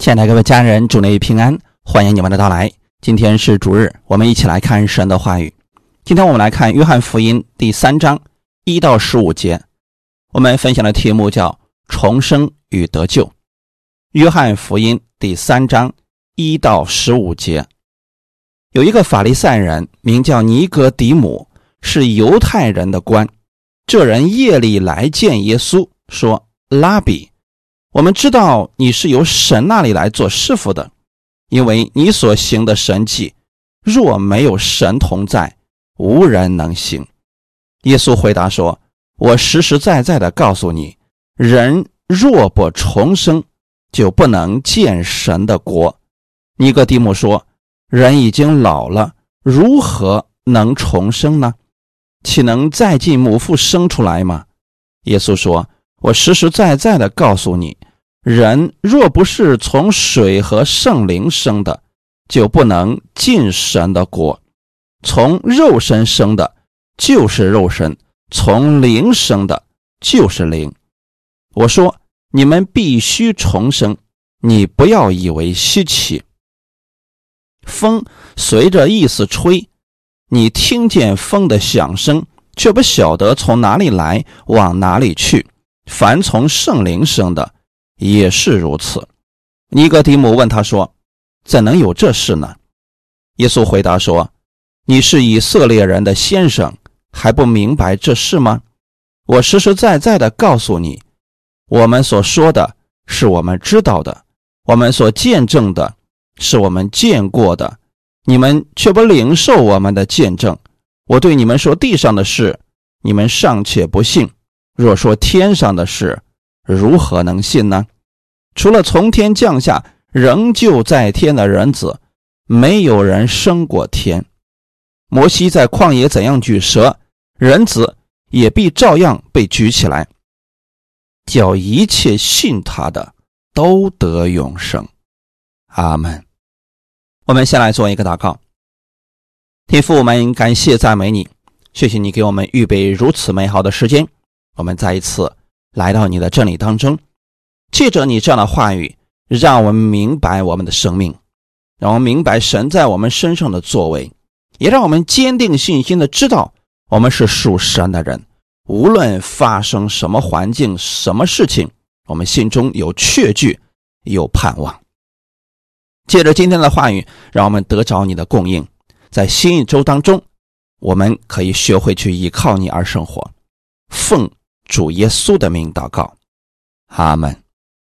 亲爱的各位家人，主内平安，欢迎你们的到来。今天是主日，我们一起来看神的话语。今天我们来看约翰福音第3章1到15节，我们分享的题目叫重生与得救。约翰福音第3章1到15节，有一个法利赛人名叫尼哥底母，是犹太人的官。这人夜里来见耶稣，说：拉比，我们知道你是由神那里来做师傅的，因为你所行的神迹，若没有神同在，无人能行。耶稣回答说：我实实在在的告诉你，人若不重生，就不能见神的国。尼哥底母说：人已经老了，如何能重生呢？岂能再进母腹生出来吗？耶稣说：我实实在在的告诉你，人若不是从水和圣灵生的，就不能进神的国。从肉身生的就是肉身，从灵生的就是灵。我说你们必须重生，你不要以为稀奇。风随着意思吹，你听见风的响声，却不晓得从哪里来，往哪里去。凡从圣灵生的也是如此。尼哥底母问他说：怎能有这事呢？耶稣回答说：你是以色列人的先生，还不明白这事吗？我实实在在的告诉你，我们所说的是我们知道的，我们所见证的是我们见过的，你们却不领受我们的见证。我对你们说地上的事，你们尚且不信，若说天上的事，如何能信呢？除了从天降下仍旧在天的人子，没有人升过天。摩西在旷野怎样举蛇，人子也必照样被举起来，叫一切信他的都得永生。阿们。我们先来做一个祷告。天父，我们感谢赞美你，谢谢你给我们预备如此美好的时间，我们再一次来到你的真理当中，借着你这样的话语，让我们明白我们的生命，让我们明白神在我们身上的作为，也让我们坚定信心的知道我们是属神的人，无论发生什么环境什么事情，我们心中有确据有盼望。借着今天的话语，让我们得着你的供应，在新一周当中，我们可以学会去依靠你而生活。奉主耶稣的名祷告，阿们。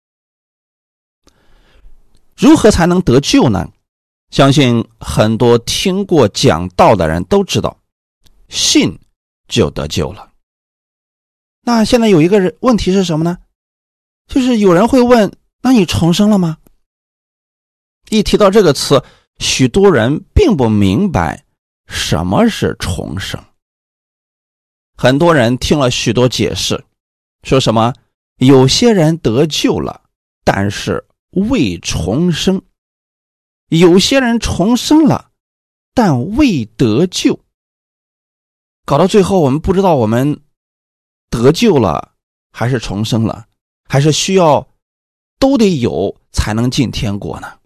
如何才能得救呢？相信很多听过讲道的人都知道，信就得救了。那现在有一个问题是什么呢？就是有人会问，那你重生了吗？一提到这个词，许多人并不明白什么是重生。很多人听了许多解释，说什么有些人得救了，但是未重生；有些人重生了，但未得救。搞到最后，我们不知道我们得救了还是重生了，还是需要都得有才能进天国呢？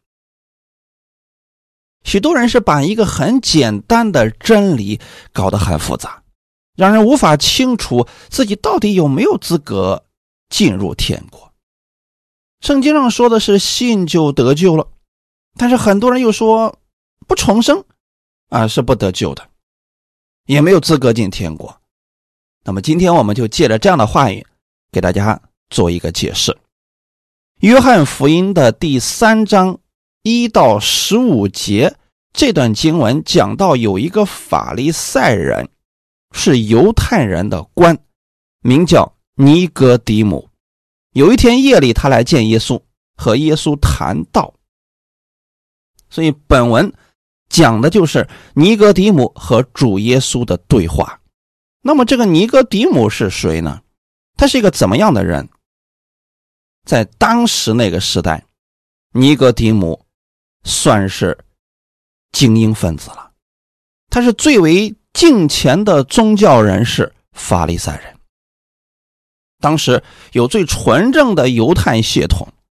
许多人是把一个很简单的真理搞得很复杂，让人无法清楚自己到底有没有资格进入天国。圣经上说的是信就得救了，但是很多人又说不重生是不得救的，也没有资格进天国。那么今天我们就借着这样的话语给大家做一个解释。约翰福音的第3章1到15节，这段经文讲到有一个法利赛人，是犹太人的官，名叫尼哥底母。有一天夜里，他来见耶稣，和耶稣谈道。所以本文讲的就是尼哥底母和主耶稣的对话。那么这个尼哥底母是谁呢？他是一个怎么样的人？在当时那个时代，尼哥底母算是精英分子了，他是最为敬虔的宗教人士，法利赛人。当时有最纯正的犹太血统，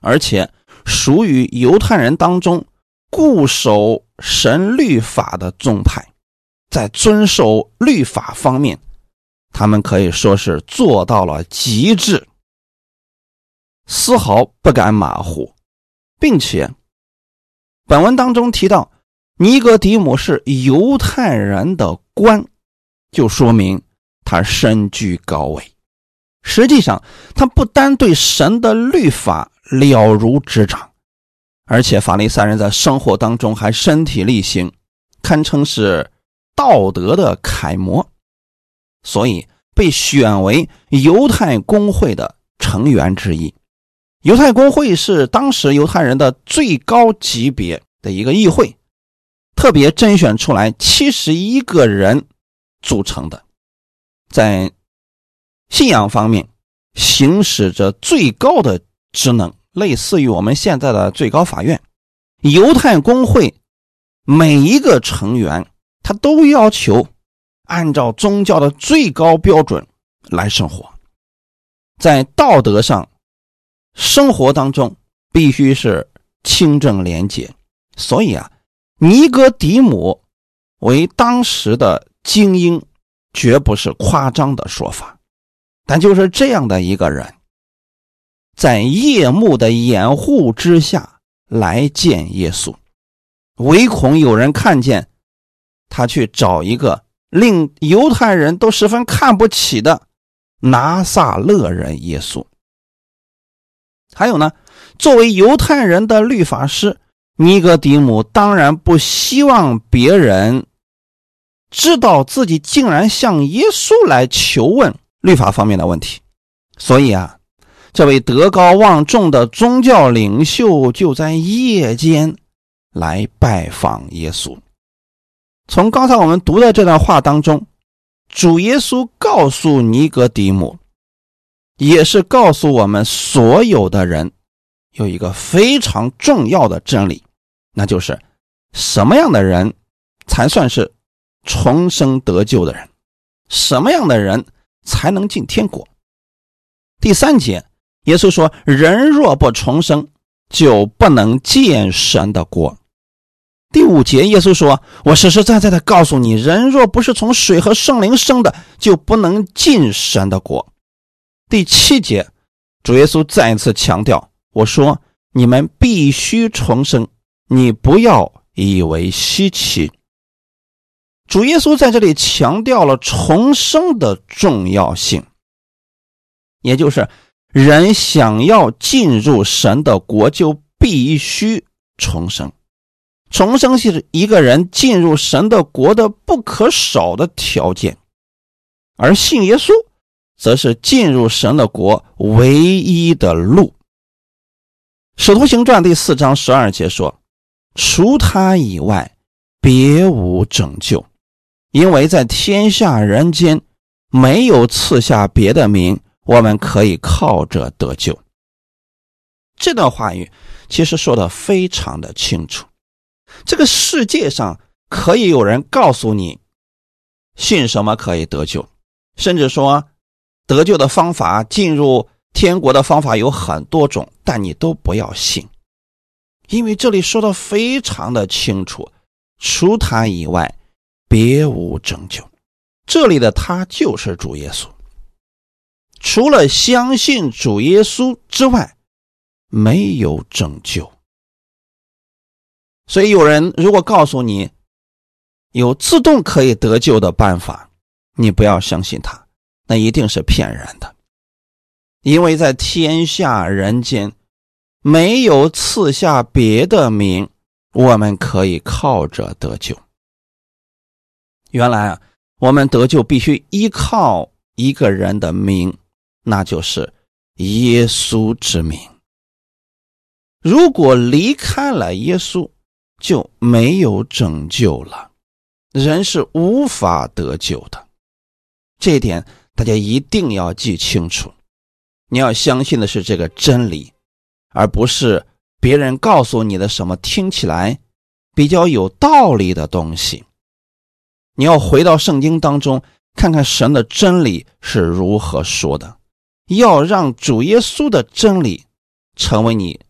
而且属于犹太人当中固守神律法的宗派，在遵守律法方面，他们可以说是做到了极致，丝毫不敢马虎。并且本文当中提到尼哥底母是犹太人的官，就说明他身居高位。实际上他不单对神的律法了如指掌，而且法利赛人在生活当中还身体力行，堪称是道德的楷模，所以被选为犹太公会的成员之一。犹太公会是当时犹太人的最高级别的一个议会，特别甄选出来71个人组成的，在信仰方面行使着最高的职能，类似于我们现在的最高法院。犹太公会每一个成员他都要求按照宗教的最高标准来生活，在道德上生活当中必须是清正廉洁。所以尼哥底母为当时的精英绝不是夸张的说法，但就是这样的一个人，在夜幕的掩护之下来见耶稣，唯恐有人看见他去找一个令犹太人都十分看不起的拿撒勒人耶稣。还有呢，作为犹太人的律法师，尼哥底母当然不希望别人知道自己竟然向耶稣来求问律法方面的问题。所以这位德高望重的宗教领袖就在夜间来拜访耶稣。从刚才我们读的这段话当中，主耶稣告诉尼哥底母，也是告诉我们所有的人有一个非常重要的真理，那就是什么样的人才算是重生得救的人，什么样的人才能进天国。第3节耶稣说，人若不重生就不能见神的国。第5节耶稣说，我实实在在的告诉你，人若不是从水和圣灵生的，就不能进神的国。第7节主耶稣再一次强调，我说你们必须重生，你不要以为稀奇。主耶稣在这里强调了重生的重要性，也就是人想要进入神的国就必须重生。重生是一个人进入神的国的不可少的条件，而信耶稣则是进入神的国唯一的路。使徒行传第4章12节说，除他以外别无拯救，因为在天下人间没有赐下别的名，我们可以靠着得救。这段话语其实说得非常的清楚，这个世界上可以有人告诉你信什么可以得救，甚至说得救的方法，进入天国的方法有很多种，但你都不要信，因为这里说得非常的清楚，除他以外别无拯救。这里的他就是主耶稣，除了相信主耶稣之外没有拯救。所以有人如果告诉你有自动可以得救的办法，你不要相信他，那一定是骗人的。因为在天下人间没有赐下别的名，我们可以靠着得救。原来我们得救必须依靠一个人的名，那就是耶稣之名。如果离开了耶稣，就没有拯救了，人是无法得救的。这一点大家一定要记清楚，你要相信的是这个真理，而不是别人告诉你的什么听起来比较有道理的东西。你要回到圣经当中，看看神的真理是如何说的，要让主耶稣的真理成为你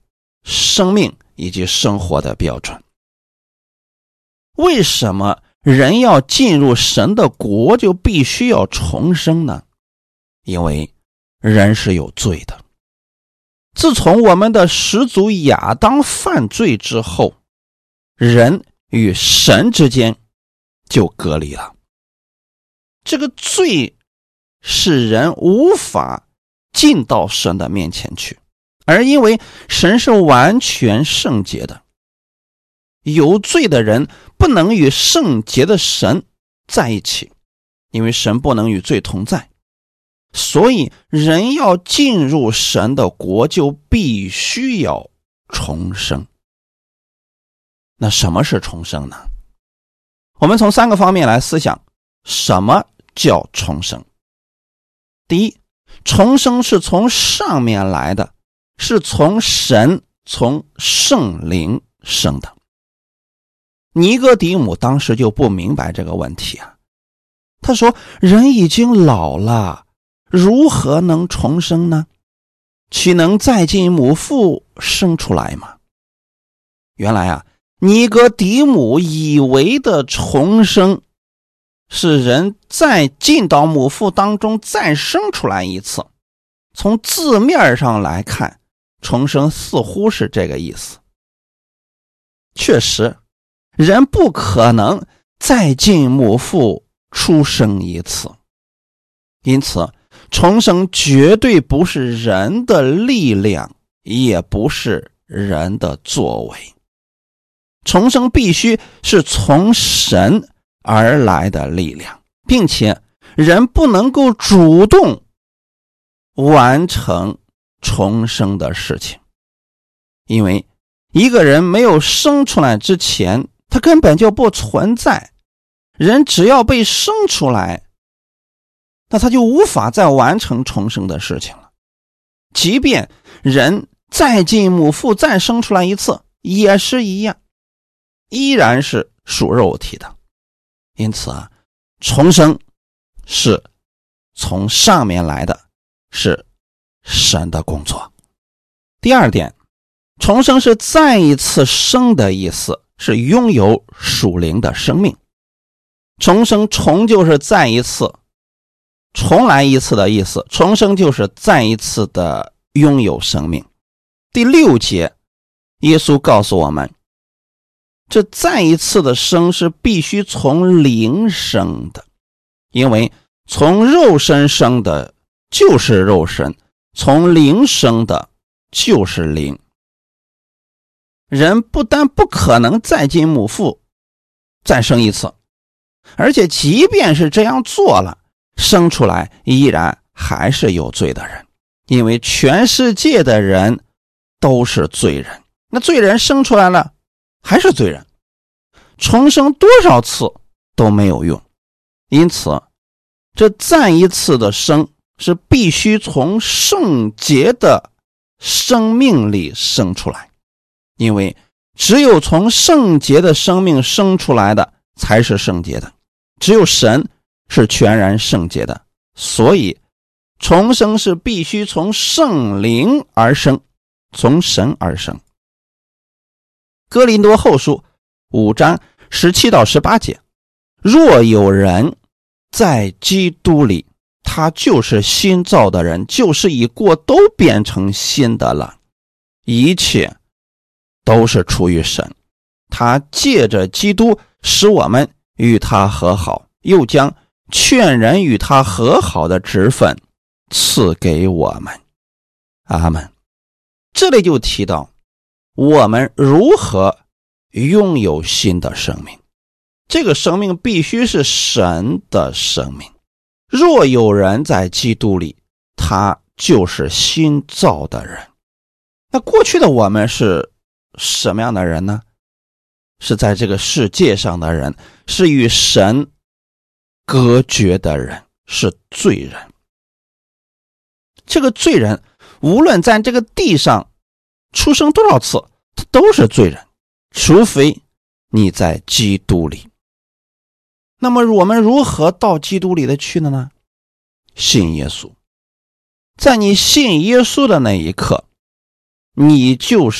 生命以及生活的标准。为什么人要进入神的国就必须要重生呢？因为人是有罪的。自从我们的始祖亚当犯罪之后，人与神之间就隔离了。这个罪使人无法进到神的面前去，而因为神是完全圣洁的，有罪的人不能与圣洁的神在一起，因为神不能与罪同在。所以人要进入神的国就必须要重生。那什么是重生呢？我们从3个方面来思想什么叫重生。第一，重生是从上面来的，是从神从圣灵生的。尼哥底母当时就不明白这个问题啊，他说人已经老了，如何能重生呢？岂能再进母腹生出来吗？原来啊，尼哥底母以为的重生是人再进到母腹当中再生出来一次。从字面上来看，重生似乎是这个意思。确实，人不可能再进母腹出生一次，因此重生绝对不是人的力量，也不是人的作为。重生必须是从神而来的力量，并且人不能够主动完成重生的事情。因为一个人没有生出来之前，他根本就不存在。人只要被生出来，那他就无法再完成重生的事情了。即便人再进母腹再生出来一次也是一样，依然是属肉体的。因此啊，重生是从上面来的，是神的工作。第二点，重生是再一次生的意思，是拥有属灵的生命。重生重就是再一次，重来一次的意思，重生就是再一次的拥有生命。第6节，耶稣告诉我们，这再一次的生是必须从灵生的，因为从肉身生的就是肉身，从灵生的就是灵。人不但不可能再进母腹再生一次，而且即便是这样做了，生出来依然还是有罪的人，因为全世界的人都是罪人。那罪人生出来了还是罪人，重生多少次都没有用。因此这再一次的生是必须从圣洁的生命里生出来，因为只有从圣洁的生命生出来的才是圣洁的，只有神是全然圣洁的，所以重生是必须从圣灵而生，从神而生。哥林多后书5章17到18节，若有人在基督里，他就是新造的人，旧事已过，都变成新的了，一切都是出于神。他借着基督使我们与他和好，又将劝人与他和好的职分赐给我们。阿们。这里就提到我们如何拥有新的生命，这个生命必须是神的生命。若有人在基督里，他就是新造的人。那过去的我们是什么样的人呢？是在这个世界上的人，是与神隔绝的人，是罪人。这个罪人无论在这个地上出生多少次，他都是罪人，除非你在基督里。那么我们如何到基督里的去的呢？信耶稣。在你信耶稣的那一刻，你就是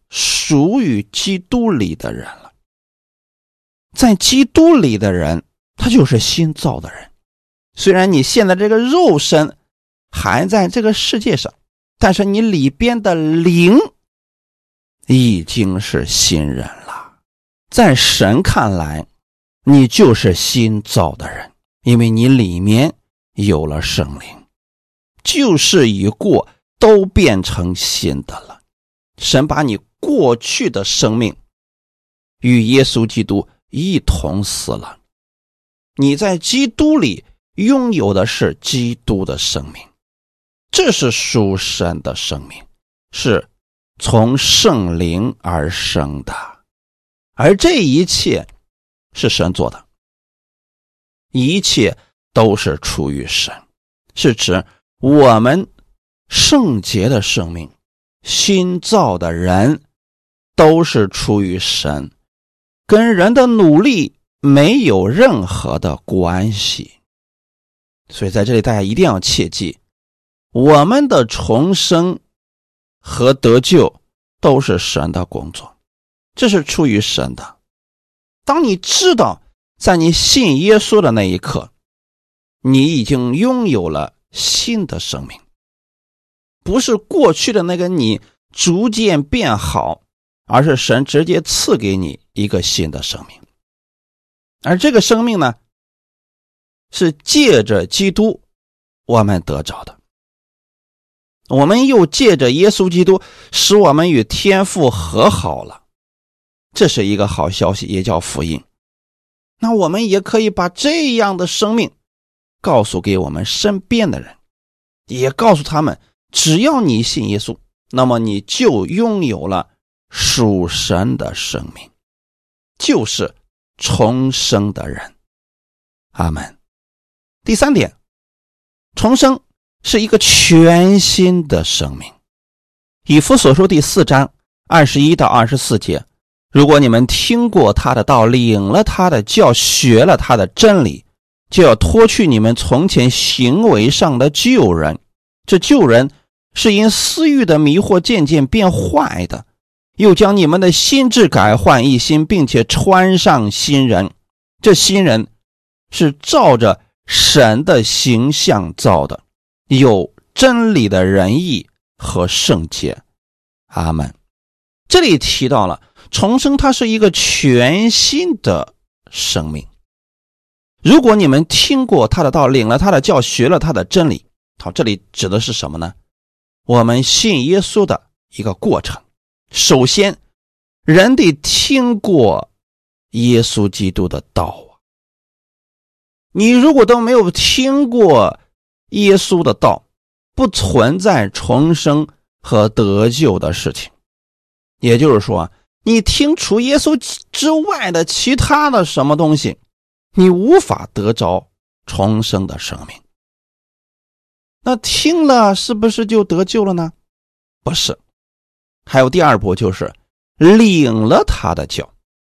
属于基督里的人了。在基督里的人，他就是新造的人。虽然你现在这个肉身还在这个世界上，但是你里边的灵已经是新人了。在神看来，你就是新造的人，因为你里面有了圣灵，旧事已过，都变成新的了。神把你过去的生命与耶稣基督一同死了，你在基督里拥有的是基督的生命，这是属神的生命，是从圣灵而生的，而这一切是神做的，一切都是出于神，是指我们圣洁的生命，新造的人都是出于神，跟人的努力没有任何的关系。所以在这里大家一定要切记，我们的重生和得救都是神的工作，这是出于神的。当你知道在你信耶稣的那一刻，你已经拥有了新的生命，不是过去的那个你逐渐变好，而是神直接赐给你一个新的生命。而这个生命呢，是借着基督我们得着的，我们又借着耶稣基督使我们与天父和好了，这是一个好消息，也叫福音。那我们也可以把这样的生命告诉给我们身边的人，也告诉他们，只要你信耶稣，那么你就拥有了属神的生命，就是重生的人。阿们。第三点，重生是一个全新的生命。以弗所书第4章21到24节，如果你们听过他的道，领了他的教，学了他的真理，就要脱去你们从前行为上的旧人，这旧人是因私欲的迷惑渐渐变坏的，又将你们的心智改换一新，并且穿上新人，这新人是照着神的形象造的，有真理的仁义和圣洁。阿们。这里提到了重生，它是一个全新的生命。如果你们听过他的道，领了他的教，学了他的真理，好，这里指的是什么呢？我们信耶稣的一个过程。首先，人得听过耶稣基督的道啊。你如果都没有听过耶稣的道，不存在重生和得救的事情。也就是说，你听除耶稣之外的其他的什么东西，你无法得着重生的生命。那听了是不是就得救了呢？不是。还有第二步，就是领了他的教。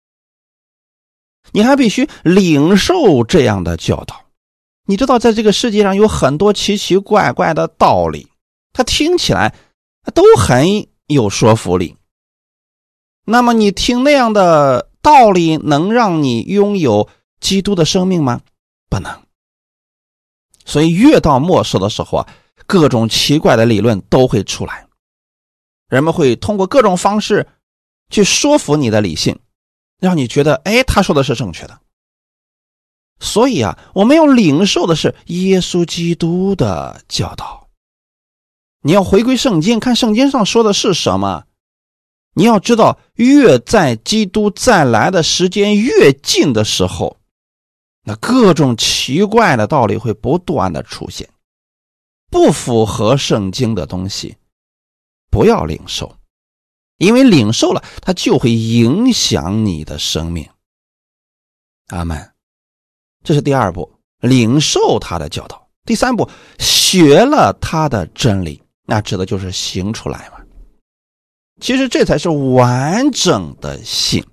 你还必须领受这样的教导。你知道在这个世界上有很多奇奇怪怪的道理，它听起来都很有说服力。那么你听那样的道理能让你拥有基督的生命吗？不能。所以越到末世的时候啊，各种奇怪的理论都会出来，人们会通过各种方式去说服你的理性，让你觉得他说的是正确的。所以啊，我们要领受的是耶稣基督的教导。你要回归圣经，看圣经上说的是什么。你要知道，越在基督再来的时间越近的时候，那各种奇怪的道理会不断的出现，不符合圣经的东西不要领受，因为领受了它就会影响你的生命。阿们。这是第二步，领受他的教导。第三步，学了他的真理，那指的就是行出来嘛。其实这才是完整的信。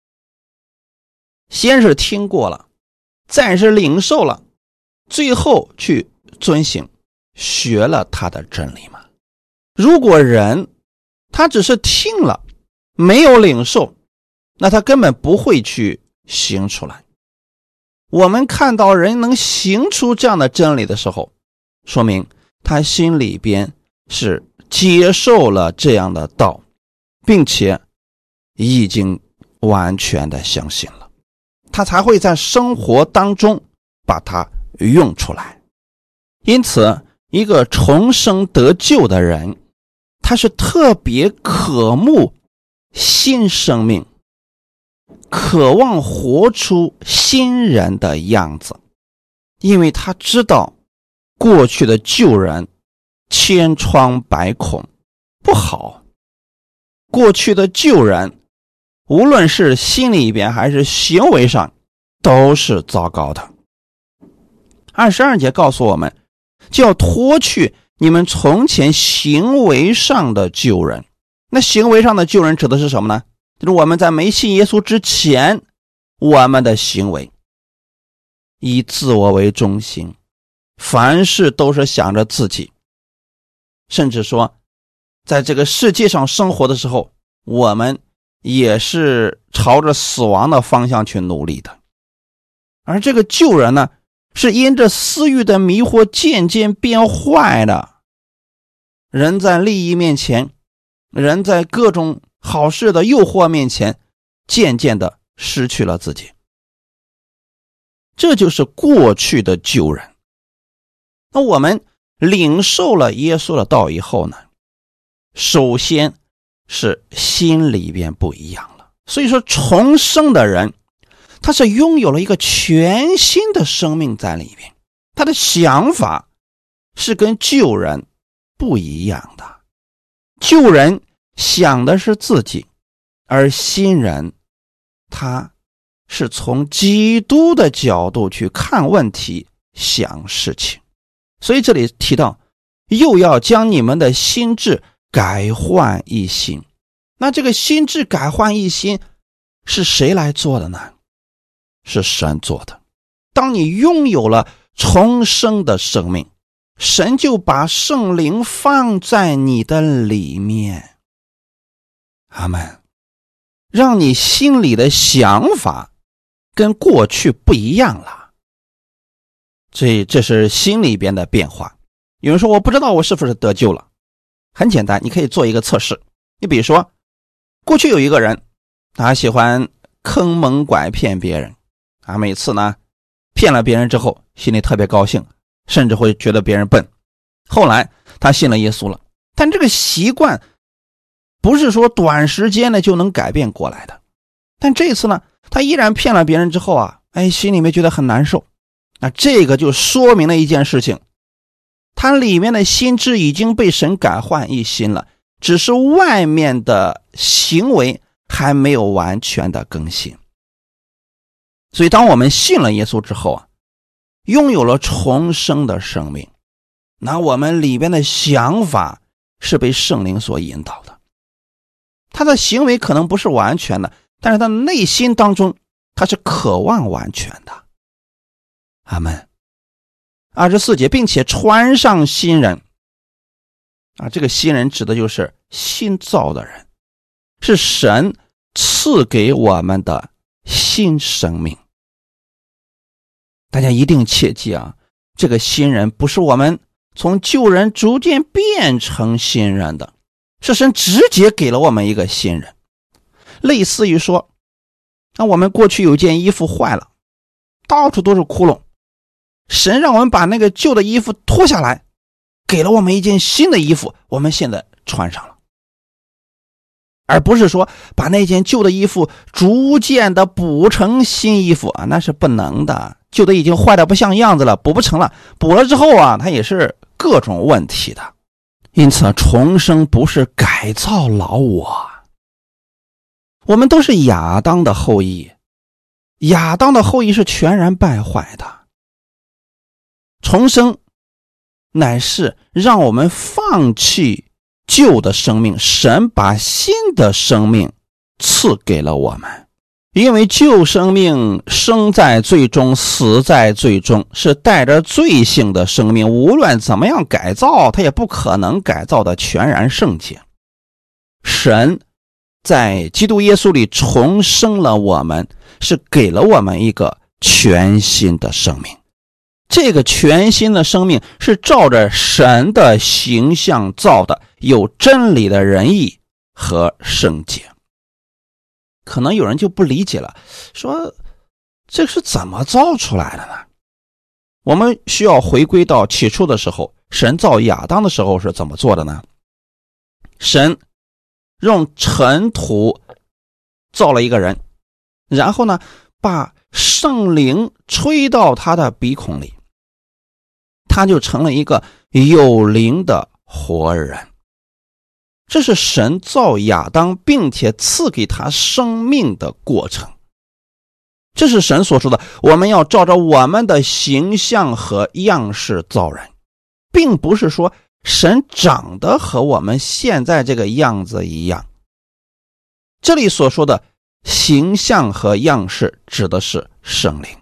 先是听过了，再是领受了，最后去遵行，学了他的真理嘛。如果人他只是听了， 没有领受，那他根本不会去行出来。我们看到人能行出这样的真理的时候，说明他心里边是接受了这样的道，并且已经完全的相信了，他才会在生活当中把它用出来。因此一个重生得救的人，他是特别渴慕新生命，渴望活出新人的样子，因为他知道过去的旧人千疮百孔不好，过去的旧人无论是心里边还是行为上都是糟糕的。22节告诉我们，就要脱去你们从前行为上的旧人。那行为上的旧人指的是什么呢？就是我们在没信耶稣之前，我们的行为以自我为中心，凡事都是想着自己，甚至说在这个世界上生活的时候，我们也是朝着死亡的方向去努力的。而这个旧人呢，是因着私欲的迷惑渐渐变坏的。人在利益面前，人在各种好事的诱惑面前，渐渐的失去了自己。这就是过去的旧人。那我们领受了耶稣的道以后呢，首先是心里边不一样了。所以说重生的人，他是拥有了一个全新的生命在里边，他的想法是跟旧人不一样的。旧人想的是自己，而新人他是从基督的角度去看问题想事情。所以这里提到又要将你们的心志改换一新。那这个心志改换一新是谁来做的呢？是神做的。当你拥有了重生的生命，神就把圣灵放在你的里面，阿们，让你心里的想法跟过去不一样了。这是心里边的变化。有人说我不知道我是不是得救了，很简单，你可以做一个测试。你比如说过去有一个人，他喜欢坑蒙拐骗别人每次呢骗了别人之后心里特别高兴，甚至会觉得别人笨。后来他信了耶稣了，但这个习惯不是说短时间的就能改变过来的。但这次呢，他依然骗了别人之后心里面觉得很难受。那这个就说明了一件事情，他里面的心智已经被神改换一新了，只是外面的行为还没有完全的更新。所以当我们信了耶稣之后拥有了重生的生命，那我们里边的想法是被圣灵所引导的。他的行为可能不是完全的，但是他内心当中他是渴望完全的。阿们。24节，并且穿上新人这个新人指的就是新造的人，是神赐给我们的新生命。大家一定切记这个新人不是我们从旧人逐渐变成新人的，是神直接给了我们一个新人。类似于说我们过去有件衣服坏了，到处都是窟窿，神让我们把那个旧的衣服脱下来，给了我们一件新的衣服，我们现在穿上了。而不是说把那件旧的衣服逐渐的补成新衣服那是不能的。旧的已经坏的不像样子了，补不成了，补了之后它也是各种问题的。因此重生不是改造老我，我们都是亚当的后裔，亚当的后裔是全然败坏的。重生乃是让我们放弃旧的生命，神把新的生命赐给了我们。因为旧生命生在罪中，死在罪中，是带着罪性的生命，无论怎么样改造，它也不可能改造的全然圣洁。神在基督耶稣里重生了我们，是给了我们一个全新的生命。这个全新的生命是照着神的形象造的，有真理的仁义和圣洁。可能有人就不理解了，说这是怎么造出来的呢？我们需要回归到起初的时候，神造亚当的时候是怎么做的呢？神用尘土造了一个人，然后呢，把圣灵吹到他的鼻孔里，他就成了一个有灵的活人。这是神造亚当并且赐给他生命的过程。这是神所说的，我们要照着我们的形象和样式造人，并不是说神长得和我们现在这个样子一样。这里所说的形象和样式指的是圣灵。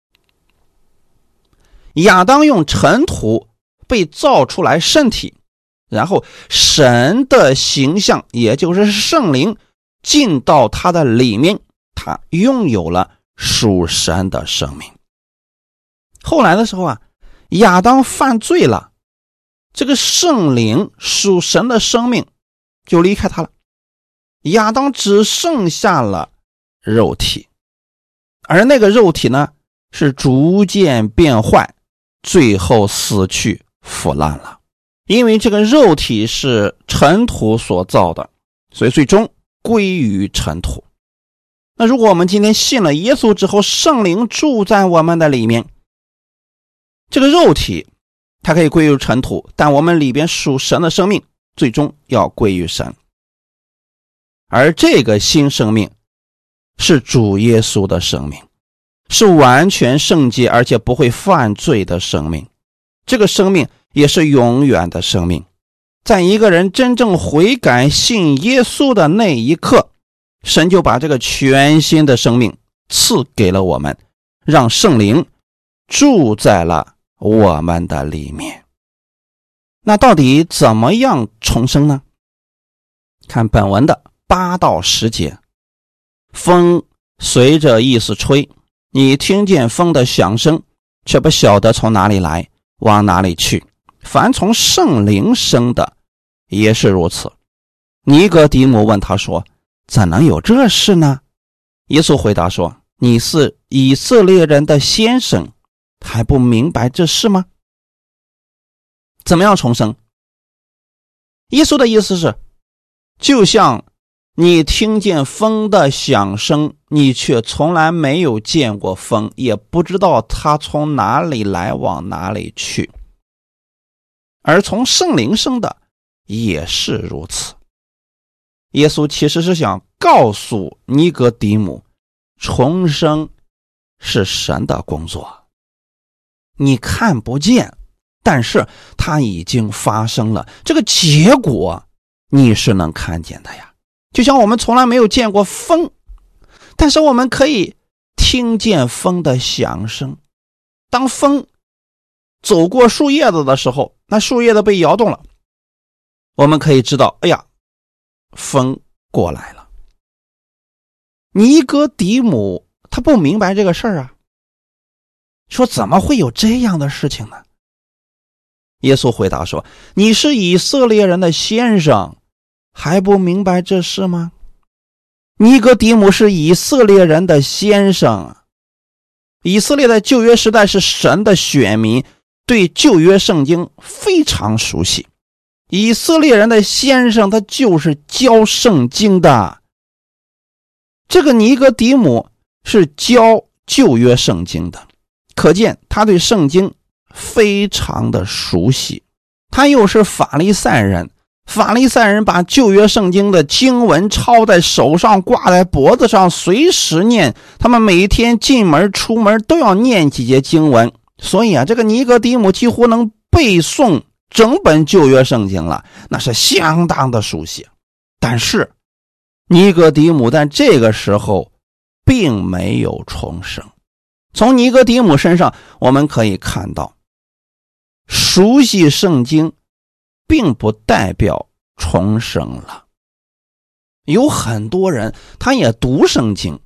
亚当用尘土被造出来身体，然后神的形象也就是圣灵进到他的里面，他拥有了属神的生命。后来的时候亚当犯罪了，这个圣灵属神的生命就离开他了，亚当只剩下了肉体，而那个肉体呢，是逐渐变坏，最后死去腐烂了。因为这个肉体是尘土所造的，所以最终归于尘土。那如果我们今天信了耶稣之后，圣灵住在我们的里面，这个肉体它可以归于尘土，但我们里边属神的生命最终要归于神。而这个新生命是主耶稣的生命，是完全圣洁而且不会犯罪的生命。这个生命也是永远的生命。在一个人真正悔改信耶稣的那一刻，神就把这个全新的生命赐给了我们，让圣灵住在了我们的里面。那到底怎么样重生呢？看本文的8到10节。风随着意思吹，你听见风的响声，却不晓得从哪里来，往哪里去。凡从圣灵生的也是如此。尼哥底母问他说，怎能有这事呢？耶稣回答说，你是以色列人的先生，还不明白这事吗？怎么样重生？耶稣的意思是，就像你听见风的响声，你却从来没有见过风，也不知道它从哪里来，往哪里去。而从圣灵生的也是如此。耶稣其实是想告诉尼哥底母，重生是神的工作，你看不见，但是它已经发生了，这个结果你是能看见的呀。就像我们从来没有见过风，但是我们可以听见风的响声。当风走过树叶子的时候，那树叶子被摇动了，我们可以知道，哎呀，风过来了。尼哥底母他不明白这个事儿啊，说怎么会有这样的事情呢？耶稣回答说，你是以色列人的先生，还不明白这事吗？尼哥底母是以色列人的先生，以色列的旧约时代是神的选民，对旧约圣经非常熟悉。以色列人的先生他就是教圣经的，这个尼哥底母是教旧约圣经的，可见他对圣经非常的熟悉。他又是法利赛人，法利赛人把旧约圣经的经文抄在手上，挂在脖子上，随时念，他们每天进门出门都要念几节经文，所以这个尼哥底母几乎能背诵整本旧约圣经了，那是相当的熟悉。但是尼哥底母在这个时候并没有重生。从尼哥底母身上我们可以看到，熟悉圣经并不代表重生了。 有很多人他也读圣经，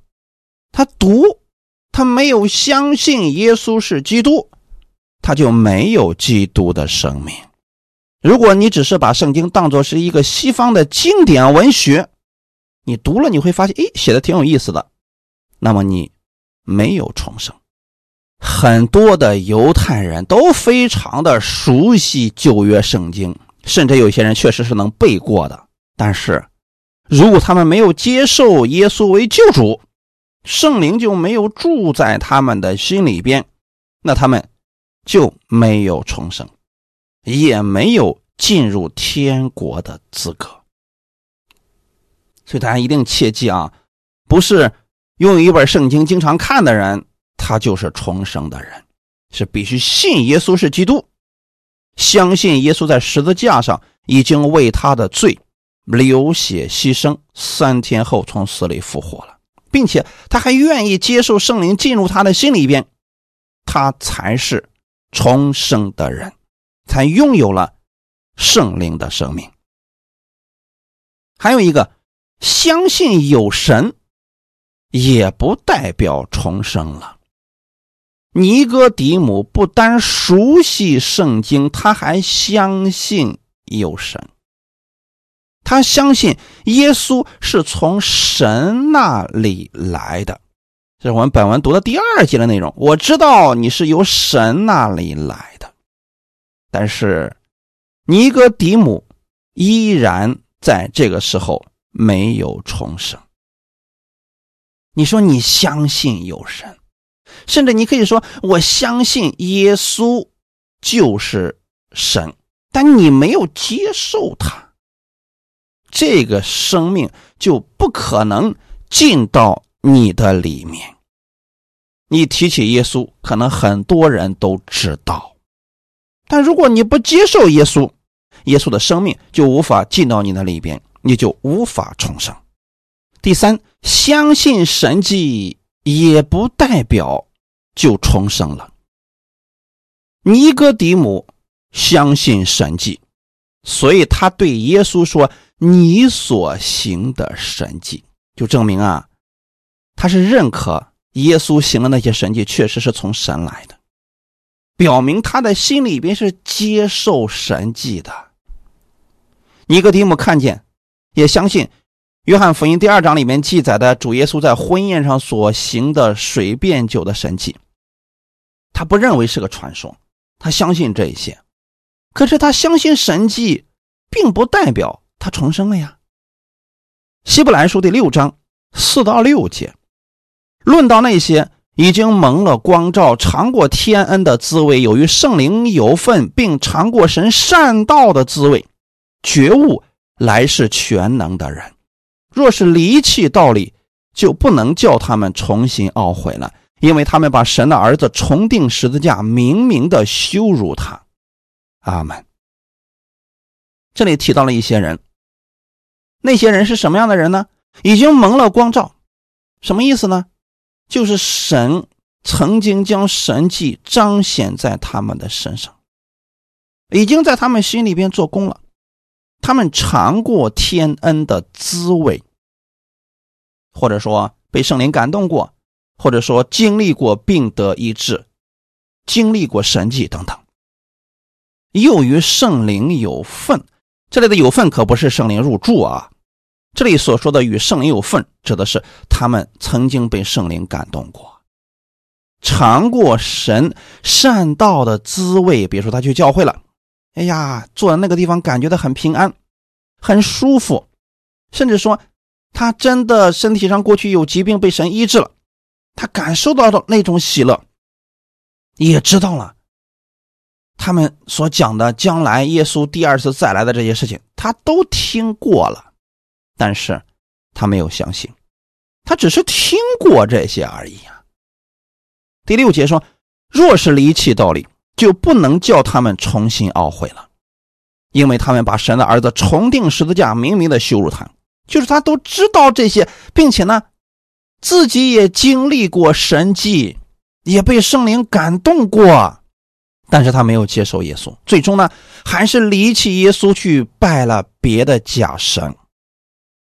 他没有相信耶稣是基督，他就没有基督的生命。如果你只是把圣经当作是一个西方的经典文学，你读了你会发现写的挺有意思的，那么你没有重生。很多的犹太人都非常的熟悉旧约圣经，甚至有些人确实是能背过的，但是如果他们没有接受耶稣为救主，圣灵就没有住在他们的心里边，那他们就没有重生，也没有进入天国的资格。所以大家一定切记啊，不是拥有一本圣经经常看的人他就是重生的人，是必须信耶稣是基督，相信耶稣在十字架上已经为他的罪流血牺牲，3天后从死里复活了，并且他还愿意接受圣灵进入他的心里边，他才是重生的人，才拥有了圣灵的生命。还有一个，相信有神也不代表重生了。尼哥底母不单熟悉圣经，他还相信有神，他相信耶稣是从神那里来的。这是我们本文读的第2节的内容。我知道你是由神那里来的，但是尼哥底母依然在这个时候没有重生。你说你相信有神，甚至你可以说我相信耶稣就是神，但你没有接受他，这个生命就不可能进到你的里面。你提起耶稣，可能很多人都知道，但如果你不接受耶稣，耶稣的生命就无法进到你的里边，你就无法重生。第3，相信神迹也不代表就重生了。尼哥底母相信神迹，所以他对耶稣说你所行的神迹，就证明他是认可耶稣行的那些神迹确实是从神来的，表明他的心里边是接受神迹的。尼哥底母看见也相信约翰福音第2章里面记载的主耶稣在婚宴上所行的水变酒的神迹，他不认为是个传说，他相信这些。可是他相信神迹并不代表他重生了呀。希伯来书第6章4到6节论到那些已经蒙了光照，尝过天恩的滋味，有与圣灵有份，并尝过神善道的滋味，觉悟来世全能的人，若是离弃道理，就不能叫他们重新懊悔了，因为他们把神的儿子重钉十字架，明明的羞辱他。阿们。这里提到了一些人，那些人是什么样的人呢？已经蒙了光照，什么意思呢？就是神曾经将神迹彰显在他们的身上，已经在他们心里边做工了，他们尝过天恩的滋味，或者说被圣灵感动过，或者说经历过病得医治，经历过神迹等等，又与圣灵有份。这里的有份可不是圣灵入住这里所说的与圣灵有份，指的是他们曾经被圣灵感动过，尝过神善道的滋味。比如说他去教会了，坐在那个地方感觉到很平安很舒服，甚至说他真的身体上过去有疾病被神医治了，他感受到的那种喜乐，也知道了他们所讲的将来耶稣第2次再来的这些事情，他都听过了，但是他没有相信，他只是听过这些而已第6节说，若是离弃道理，就不能叫他们重新懊悔了，因为他们把神的儿子重钉十字架，明明的羞辱他。就是他都知道这些，并且呢自己也经历过神迹，也被圣灵感动过，但是他没有接受耶稣，最终呢还是离弃耶稣去拜了别的假神。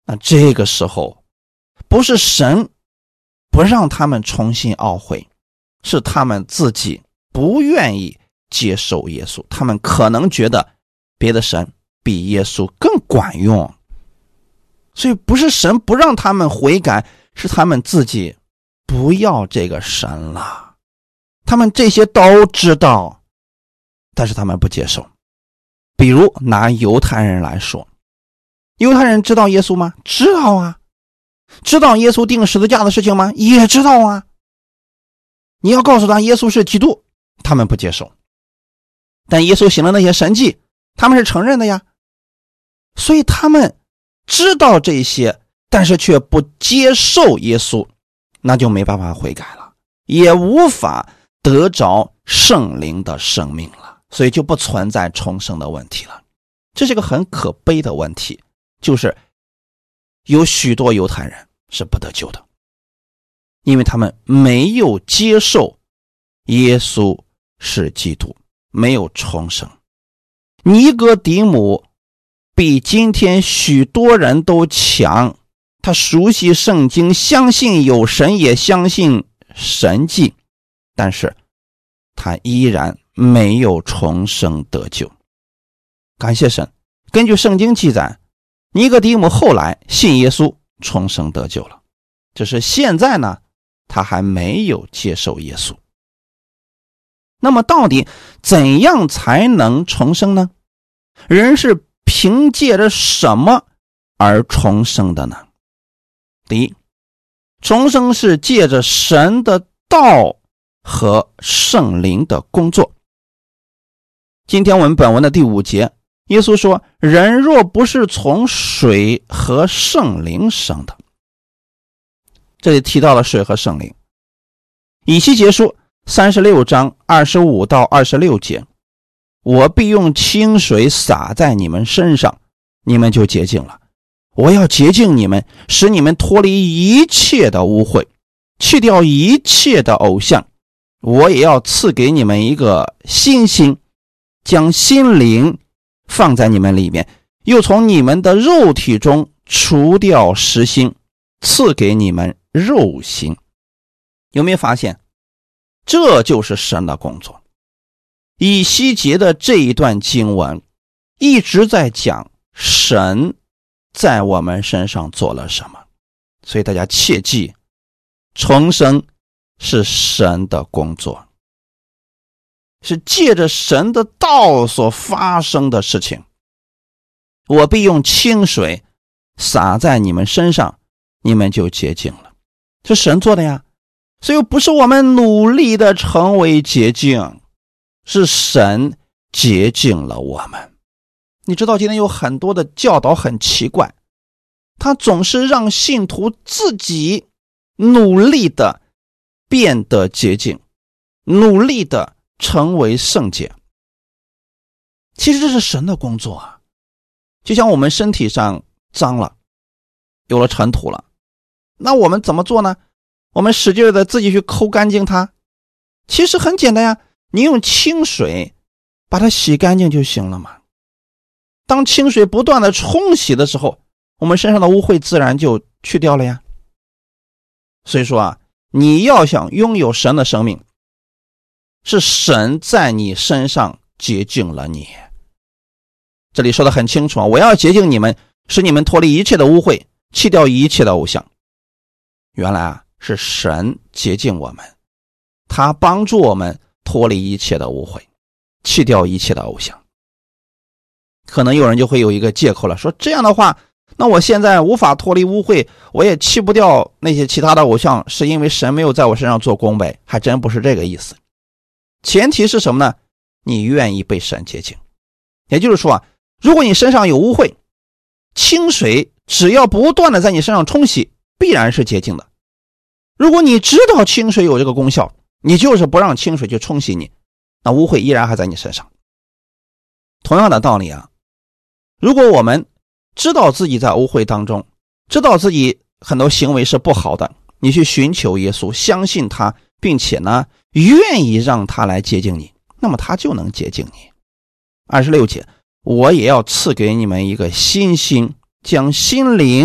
那这个时候不是神不让他们重新懊悔，是他们自己不愿意接受耶稣，他们可能觉得别的神比耶稣更管用。所以不是神不让他们悔改，是他们自己不要这个神了。他们这些都知道，但是他们不接受。比如拿犹太人来说，犹太人知道耶稣吗？知道啊。知道耶稣钉十字架的事情吗？也知道啊。你要告诉他耶稣是基督，他们不接受。但耶稣行了那些神迹，他们是承认的呀。所以他们知道这些，但是却不接受耶稣，那就没办法悔改了，也无法得着圣灵的生命了，所以就不存在重生的问题了。这是个很可悲的问题，就是有许多犹太人是不得救的，因为他们没有接受耶稣是基督，没有重生。尼哥底母比今天许多人都强，他熟悉圣经，相信有神，也相信神迹，但是他依然没有重生得救。感谢神，根据圣经记载，尼哥底母后来信耶稣，重生得救了。只是现在呢，他还没有接受耶稣。那么到底怎样才能重生呢？人是凭借着什么而重生的呢？第一，重生是借着神的道和圣灵的工作。今天我们本文的第5节，耶稣说，人若不是从水和圣灵生的。这里提到了水和圣灵。以西结书36章25到26节，我必用清水洒在你们身上，你们就洁净了。我要洁净你们，使你们脱离一切的污秽，去掉一切的偶像。我也要赐给你们一个新心，将心灵放在你们里面，又从你们的肉体中除掉实心，赐给你们肉心。有没有发现，这就是神的工作。以西结的这一段经文一直在讲神在我们身上做了什么，所以大家切记，重生是神的工作，是借着神的道所发生的事情。我必用清水洒在你们身上，你们就洁净了。这是神做的呀，所以不是我们努力的成为洁净，是神洁净了我们。你知道今天有很多的教导很奇怪，他总是让信徒自己努力的变得洁净，努力的成为圣洁。其实这是神的工作啊。就像我们身体上脏了，有了尘土了，那我们怎么做呢？我们使劲的自己去抠干净它，其实很简单呀，你用清水把它洗干净就行了嘛。当清水不断的冲洗的时候，我们身上的污秽自然就去掉了呀。所以说啊，你要想拥有神的生命，是神在你身上洁净了你。这里说得很清楚啊，我要洁净你们，使你们脱离一切的污秽，弃掉一切的偶像。原来啊，是神洁净我们，他帮助我们脱离一切的污秽，弃掉一切的偶像。可能有人就会有一个借口了，说这样的话，那我现在无法脱离污秽，我也弃不掉那些其他的偶像，是因为神没有在我身上做工呗？还真不是这个意思。前提是什么呢？你愿意被神洁净。也就是说啊，如果你身上有污秽，清水只要不断的在你身上冲洗，必然是洁净的。如果你知道清水有这个功效，你就是不让清水去冲洗你，那污秽依然还在你身上。同样的道理啊，如果我们知道自己在污秽当中，知道自己很多行为是不好的，你去寻求耶稣，相信他，并且呢愿意让他来洁净你，那么他就能洁净你。26节，我也要赐给你们一个新心，将心灵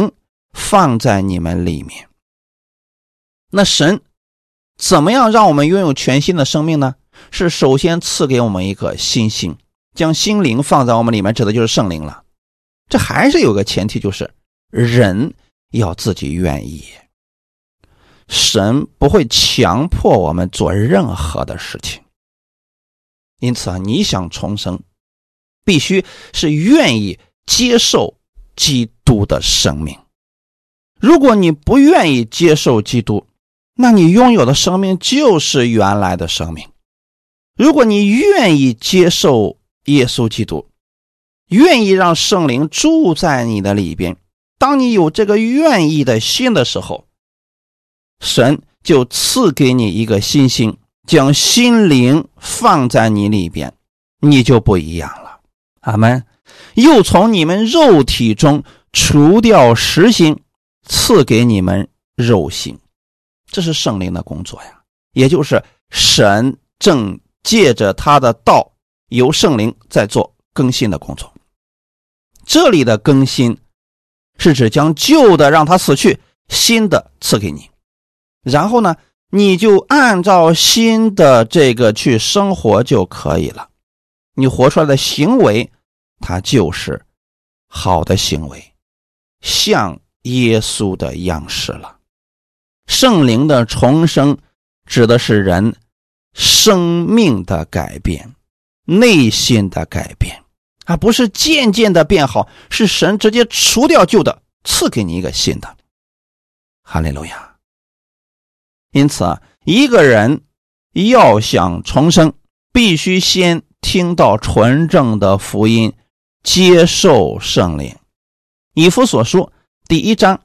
放在你们里面。那神怎么样让我们拥有全新的生命呢？是首先赐给我们一个新心，将心灵放在我们里面，指的就是圣灵了。这还是有个前提，就是人要自己愿意。神不会强迫我们做任何的事情。因此你想重生，必须是愿意接受基督的生命。如果你不愿意接受基督，那你拥有的生命就是原来的生命。如果你愿意接受耶稣基督，愿意让圣灵住在你的里边，当你有这个愿意的心的时候，神就赐给你一个新心，将心灵放在你里边，你就不一样了。阿们。又从你们肉体中除掉实心，赐给你们肉心。这是圣灵的工作呀，也就是神正借着他的道，由圣灵在做更新的工作。这里的更新是指将旧的让它死去，新的赐给你。然后呢，你就按照新的这个去生活就可以了。你活出来的行为，它就是好的行为，像耶稣的样式了。圣灵的重生指的是人生命的改变，内心的改变，而不是渐渐的变好，是神直接除掉旧的，赐给你一个新的。哈利路亚。因此一个人要想重生，必须先听到纯正的福音，接受圣灵。以弗所书第1章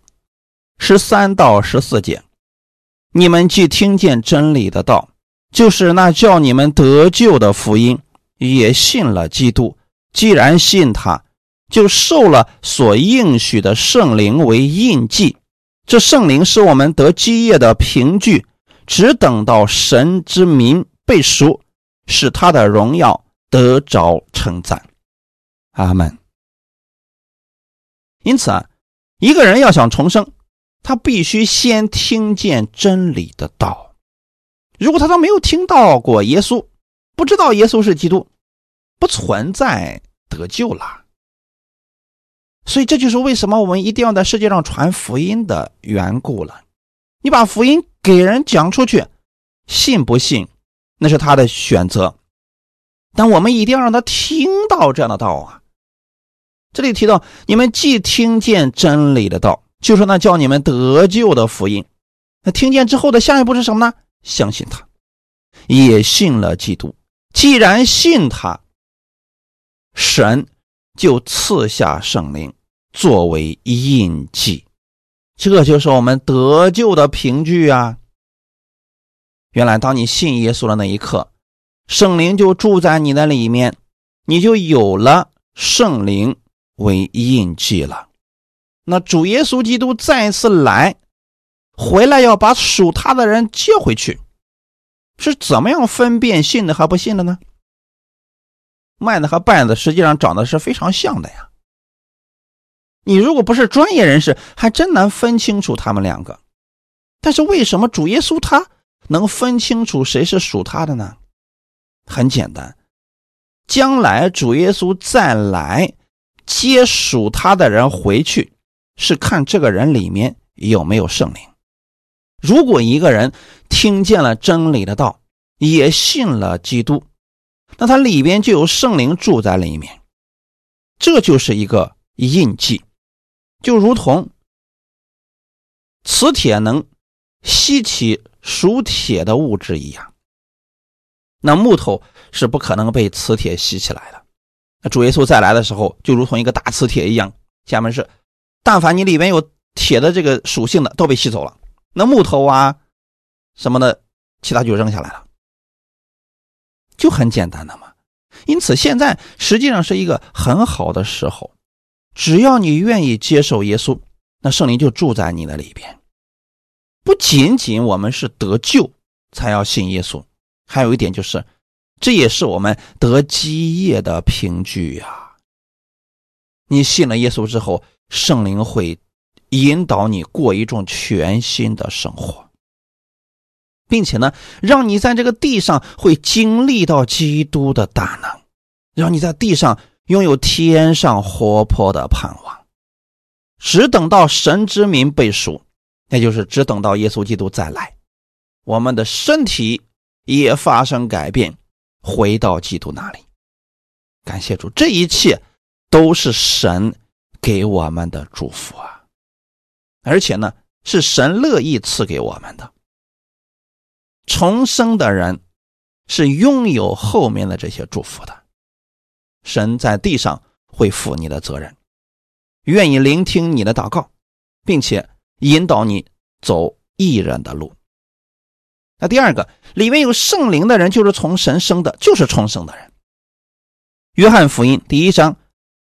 13到14节，你们既听见真理的道，就是那叫你们得救的福音，也信了基督，既然信他，就受了所应许的圣灵为印记。这圣灵是我们得基业的凭据，只等到神之民被赎，使他的荣耀得着称赞。阿们。因此一个人要想重生，他必须先听见真理的道。如果他都没有听到过耶稣，不知道耶稣是基督，不存在得救了。所以这就是为什么我们一定要在世界上传福音的缘故了。你把福音给人讲出去，信不信那是他的选择，但我们一定要让他听到这样的道啊。这里提到你们既听见真理的道，就是那叫你们得救的福音。那听见之后的下一步是什么呢？相信他，也信了基督。既然信他，神就赐下圣灵作为印记，这就是我们得救的凭据啊。原来当你信耶稣的那一刻，圣灵就住在你的里面，你就有了圣灵为印记了。那主耶稣基督再次回来要把属他的人接回去，是怎么样分辨信的和不信的呢？麦子和稗子实际上长得是非常像的呀。你如果不是专业人士，还真难分清楚他们两个。但是为什么主耶稣他能分清楚谁是属他的呢？很简单，将来主耶稣再来接属他的人回去，是看这个人里面有没有圣灵。如果一个人听见了真理的道，也信了基督，那他里边就有圣灵住在里面，这就是一个印记。就如同磁铁能吸起属铁的物质一样，那木头是不可能被磁铁吸起来的。那主耶稣再来的时候，就如同一个大磁铁一样，下面是但凡你里面有铁的这个属性的都被吸走了，那木头啊什么的其他就扔下来了，就很简单的嘛。因此现在实际上是一个很好的时候，只要你愿意接受耶稣，那圣灵就住在你的里边。不仅仅我们是得救才要信耶稣，还有一点就是，这也是我们得基业的凭据呀。你信了耶稣之后，圣灵会引导你过一种全新的生活，并且呢，让你在这个地上会经历到基督的大能，让你在地上拥有天上活泼的盼望。只等到神之民被赎，也就是只等到耶稣基督再来，我们的身体也发生改变，回到基督那里。感谢主，这一切都是神给我们的祝福啊！而且呢，是神乐意赐给我们的。重生的人是拥有后面的这些祝福的。神在地上会负你的责任，愿意聆听你的祷告，并且引导你走义人的路。那第二个，里面有圣灵的人就是从神生的，就是重生的人。约翰福音第1章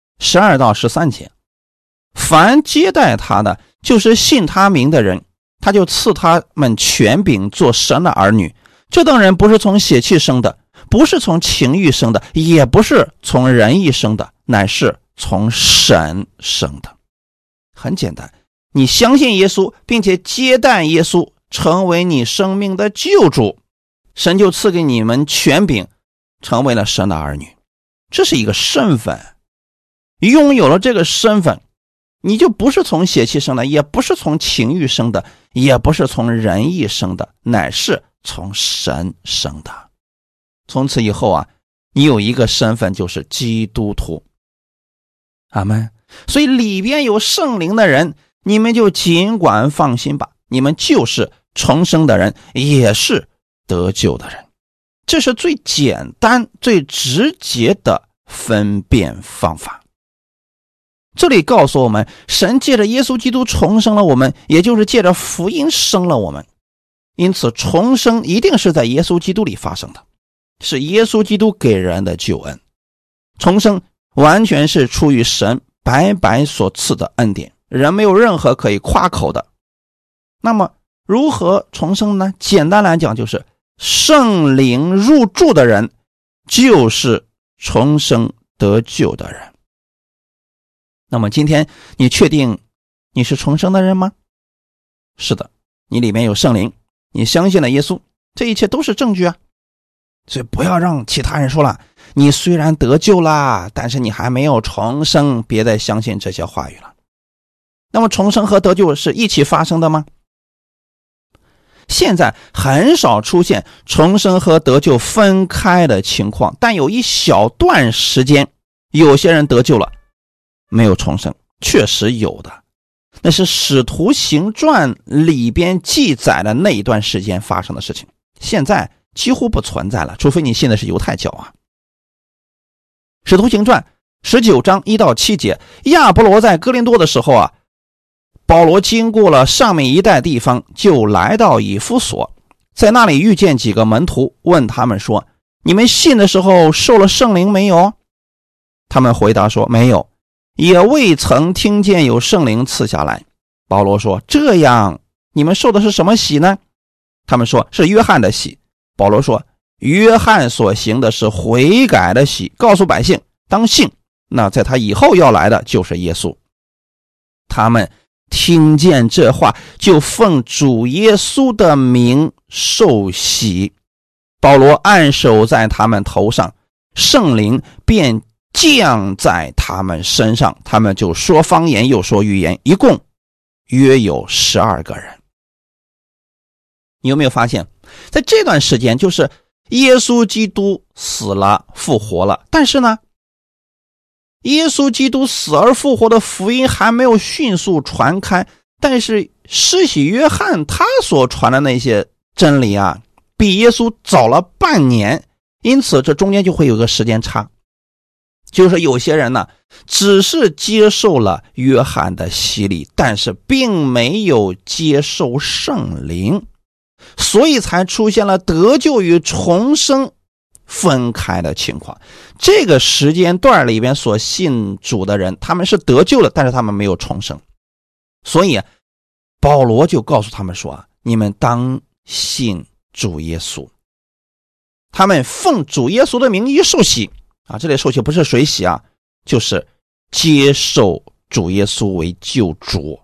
12到13节，凡接待他的，就是信他名的人，他就赐他们权柄做神的儿女。这等人不是从血气生的，不是从情欲生的，也不是从人意生的，乃是从神生的。很简单，你相信耶稣，并且接待耶稣成为你生命的救主，神就赐给你们权柄，成为了神的儿女。这是一个身份，拥有了这个身份，你就不是从血气生的，也不是从情欲生的，也不是从人意生的，乃是从神生的。从此以后啊，你有一个身份，就是基督徒。阿们。所以里边有圣灵的人，你们就尽管放心吧，你们就是重生的人，也是得救的人。这是最简单最直接的分辨方法。这里告诉我们，神借着耶稣基督重生了我们，也就是借着福音生了我们。因此重生一定是在耶稣基督里发生的，是耶稣基督给人的救恩。重生完全是出于神白白所赐的恩典，人没有任何可以夸口的。那么如何重生呢？简单来讲，就是圣灵入住的人就是重生得救的人。那么今天你确定你是重生的人吗？是的，你里面有圣灵，你相信了耶稣，这一切都是证据啊。所以不要让其他人说了，你虽然得救啦，但是你还没有重生，别再相信这些话语了。那么重生和得救是一起发生的吗？现在很少出现重生和得救分开的情况，但有一小段时间有些人得救了没有重生，确实有的。那是使徒行传里边记载的那一段时间发生的事情，现在几乎不存在了，除非你信的是犹太教啊。使徒行传19章1到7节，亚波罗在哥林多的时候啊，保罗经过了上面一带地方，就来到以弗所，在那里遇见几个门徒，问他们说，你们信的时候受了圣灵没有？他们回答说，没有，也未曾听见有圣灵赐下来。保罗说，这样你们受的是什么洗呢？他们说，是约翰的洗。保罗说，约翰所行的是悔改的洗，告诉百姓当信，那在他以后要来的就是耶稣。他们听见这话，就奉主耶稣的名受洗。保罗按手在他们头上，圣灵便降在他们身上，他们就说方言又说预言，一共约有12个人。你有没有发现，在这段时间就是耶稣基督死了复活了，但是呢，耶稣基督死而复活的福音还没有迅速传开，但是施洗约翰他所传的那些真理啊，比耶稣早了半年，因此这中间就会有个时间差。就是有些人呢，只是接受了约翰的洗礼，但是并没有接受圣灵，所以才出现了得救与重生分开的情况。这个时间段里边所信主的人，他们是得救了，但是他们没有重生。所以保罗就告诉他们说，你们当信主耶稣。他们奉主耶稣的名义受洗啊，这里受洗不是水洗啊，就是接受主耶稣为救主，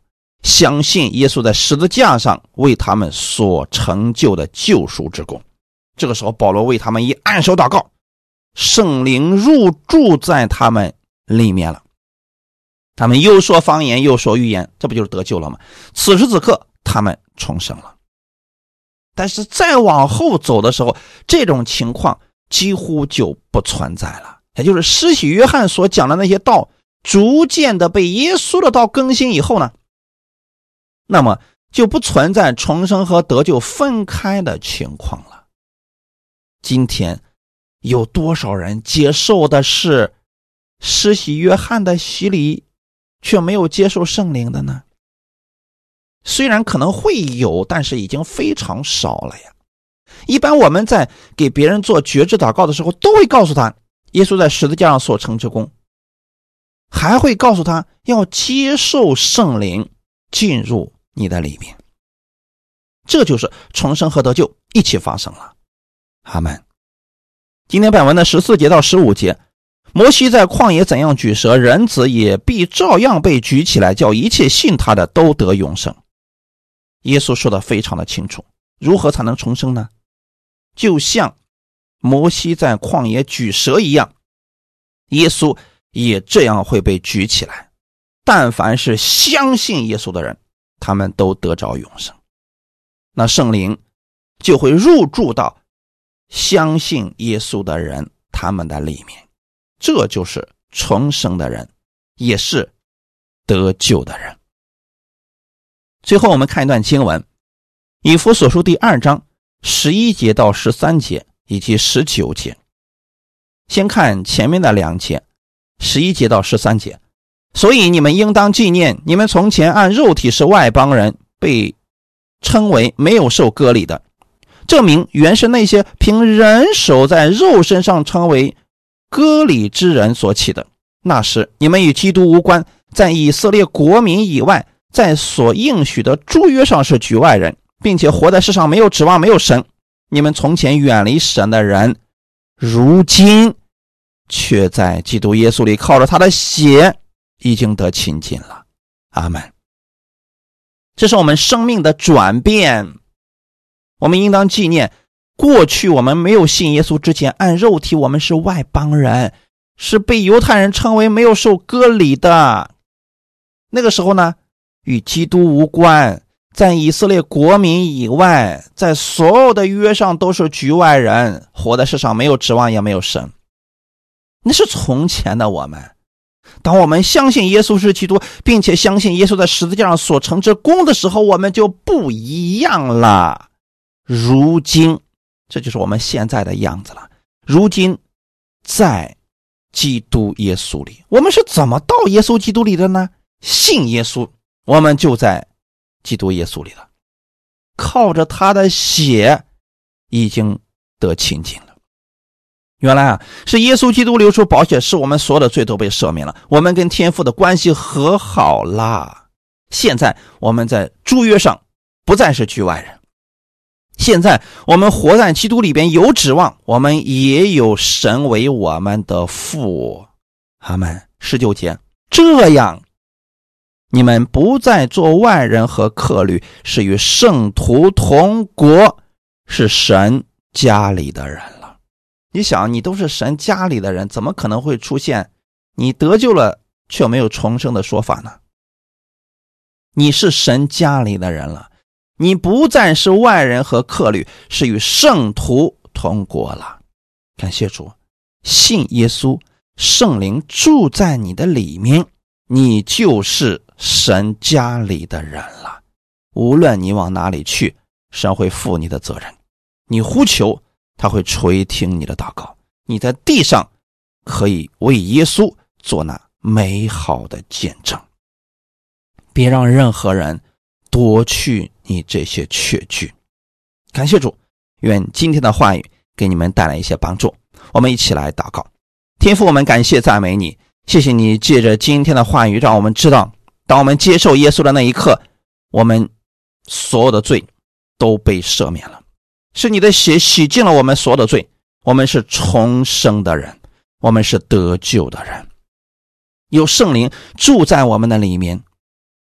相信耶稣在十字架上为他们所成就的救赎之功。这个时候保罗为他们一按手祷告，圣灵入住在他们里面了，他们又说方言又说预言，这不就是得救了吗？此时此刻他们重生了。但是再往后走的时候，这种情况几乎就不存在了，也就是施洗约翰所讲的那些道逐渐的被耶稣的道更新以后呢，那么就不存在重生和得救分开的情况了。今天有多少人接受的是施洗约翰的洗礼，却没有接受圣灵的呢？虽然可能会有，但是已经非常少了呀。一般我们在给别人做决志祷告的时候，都会告诉他耶稣在十字架上所成之功，还会告诉他要接受圣灵进入你的里面。这就是重生和得救一起发生了。阿们。今天本文的14节到15节，摩西在旷野怎样举蛇，人子也必照样被举起来，叫一切信他的都得永生。耶稣说的非常的清楚，如何才能重生呢？就像摩西在旷野举蛇一样，耶稣也这样会被举起来。但凡是相信耶稣的人，他们都得着永生。那圣灵就会入住到相信耶稣的人他们的里面，这就是重生的人，也是得救的人。最后我们看一段经文，以弗所书第2章11节到13节以及19节。先看前面的2节，11节到13节。所以你们应当纪念，你们从前按肉体是外邦人，被称为没有受割礼的，证明原是那些凭人手在肉身上称为割礼之人所起的。那时你们与基督无关，在以色列国民以外，在所应许的诸约上是局外人，并且活在世上没有指望，没有神。你们从前远离神的人，如今却在基督耶稣里靠着他的血已经得亲近了。阿们。这是我们生命的转变。我们应当纪念，过去我们没有信耶稣之前，按肉体我们是外邦人，是被犹太人称为没有受割礼的。那个时候呢，与基督无关，在以色列国民以外，在所有的约上都是局外人，活在世上没有指望，也没有神。那是从前的我们。当我们相信耶稣是基督，并且相信耶稣在十字架上所成之功的时候，我们就不一样了。如今，这就是我们现在的样子了。如今在基督耶稣里，我们是怎么到耶稣基督里的呢？信耶稣，我们就在基督耶稣里了，靠着他的血已经得亲近了。原来是耶稣基督流出宝血，使我们所有的罪都被赦免了，我们跟天父的关系和好了。现在我们在诸约上不再是局外人，现在我们活在基督里边有指望，我们也有神为我们的父。阿们。19节，这样你们不再做外人和客旅，是与圣徒同国，是神家里的人了。你想，你都是神家里的人，怎么可能会出现你得救了却没有重生的说法呢？你是神家里的人了，你不再是外人和客旅，是与圣徒同国了。感谢主，信耶稣，圣灵住在你的里面，你就是神家里的人了。无论你往哪里去，神会负你的责任。你呼求，他会垂听你的祷告。你在地上可以为耶稣做那美好的见证。别让任何人夺去你这些确据。感谢主，愿今天的话语给你们带来一些帮助。我们一起来祷告。天父，我们感谢赞美你，谢谢你借着今天的话语让我们知道，当我们接受耶稣的那一刻，我们所有的罪都被赦免了，是你的血洗净了我们所有的罪，我们是重生的人，我们是得救的人，有圣灵住在我们的里面，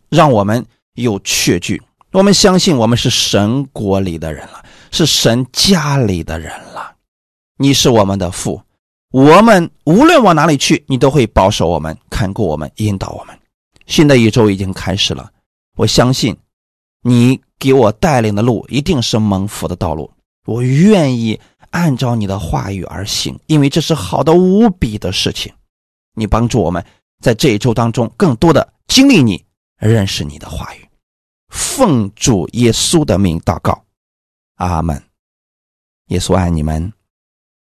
让我们有确据，我们相信我们是神国里的人了，是神家里的人了。你是我们的父，我们无论往哪里去，你都会保守我们，看顾我们，引导我们。新的一周已经开始了，我相信你给我带领的路一定是蒙福的道路，我愿意按照你的话语而行，因为这是好的无比的事情。你帮助我们在这一周当中更多的经历你，认识你的话语。奉主耶稣的名祷告，阿们。耶稣爱你们。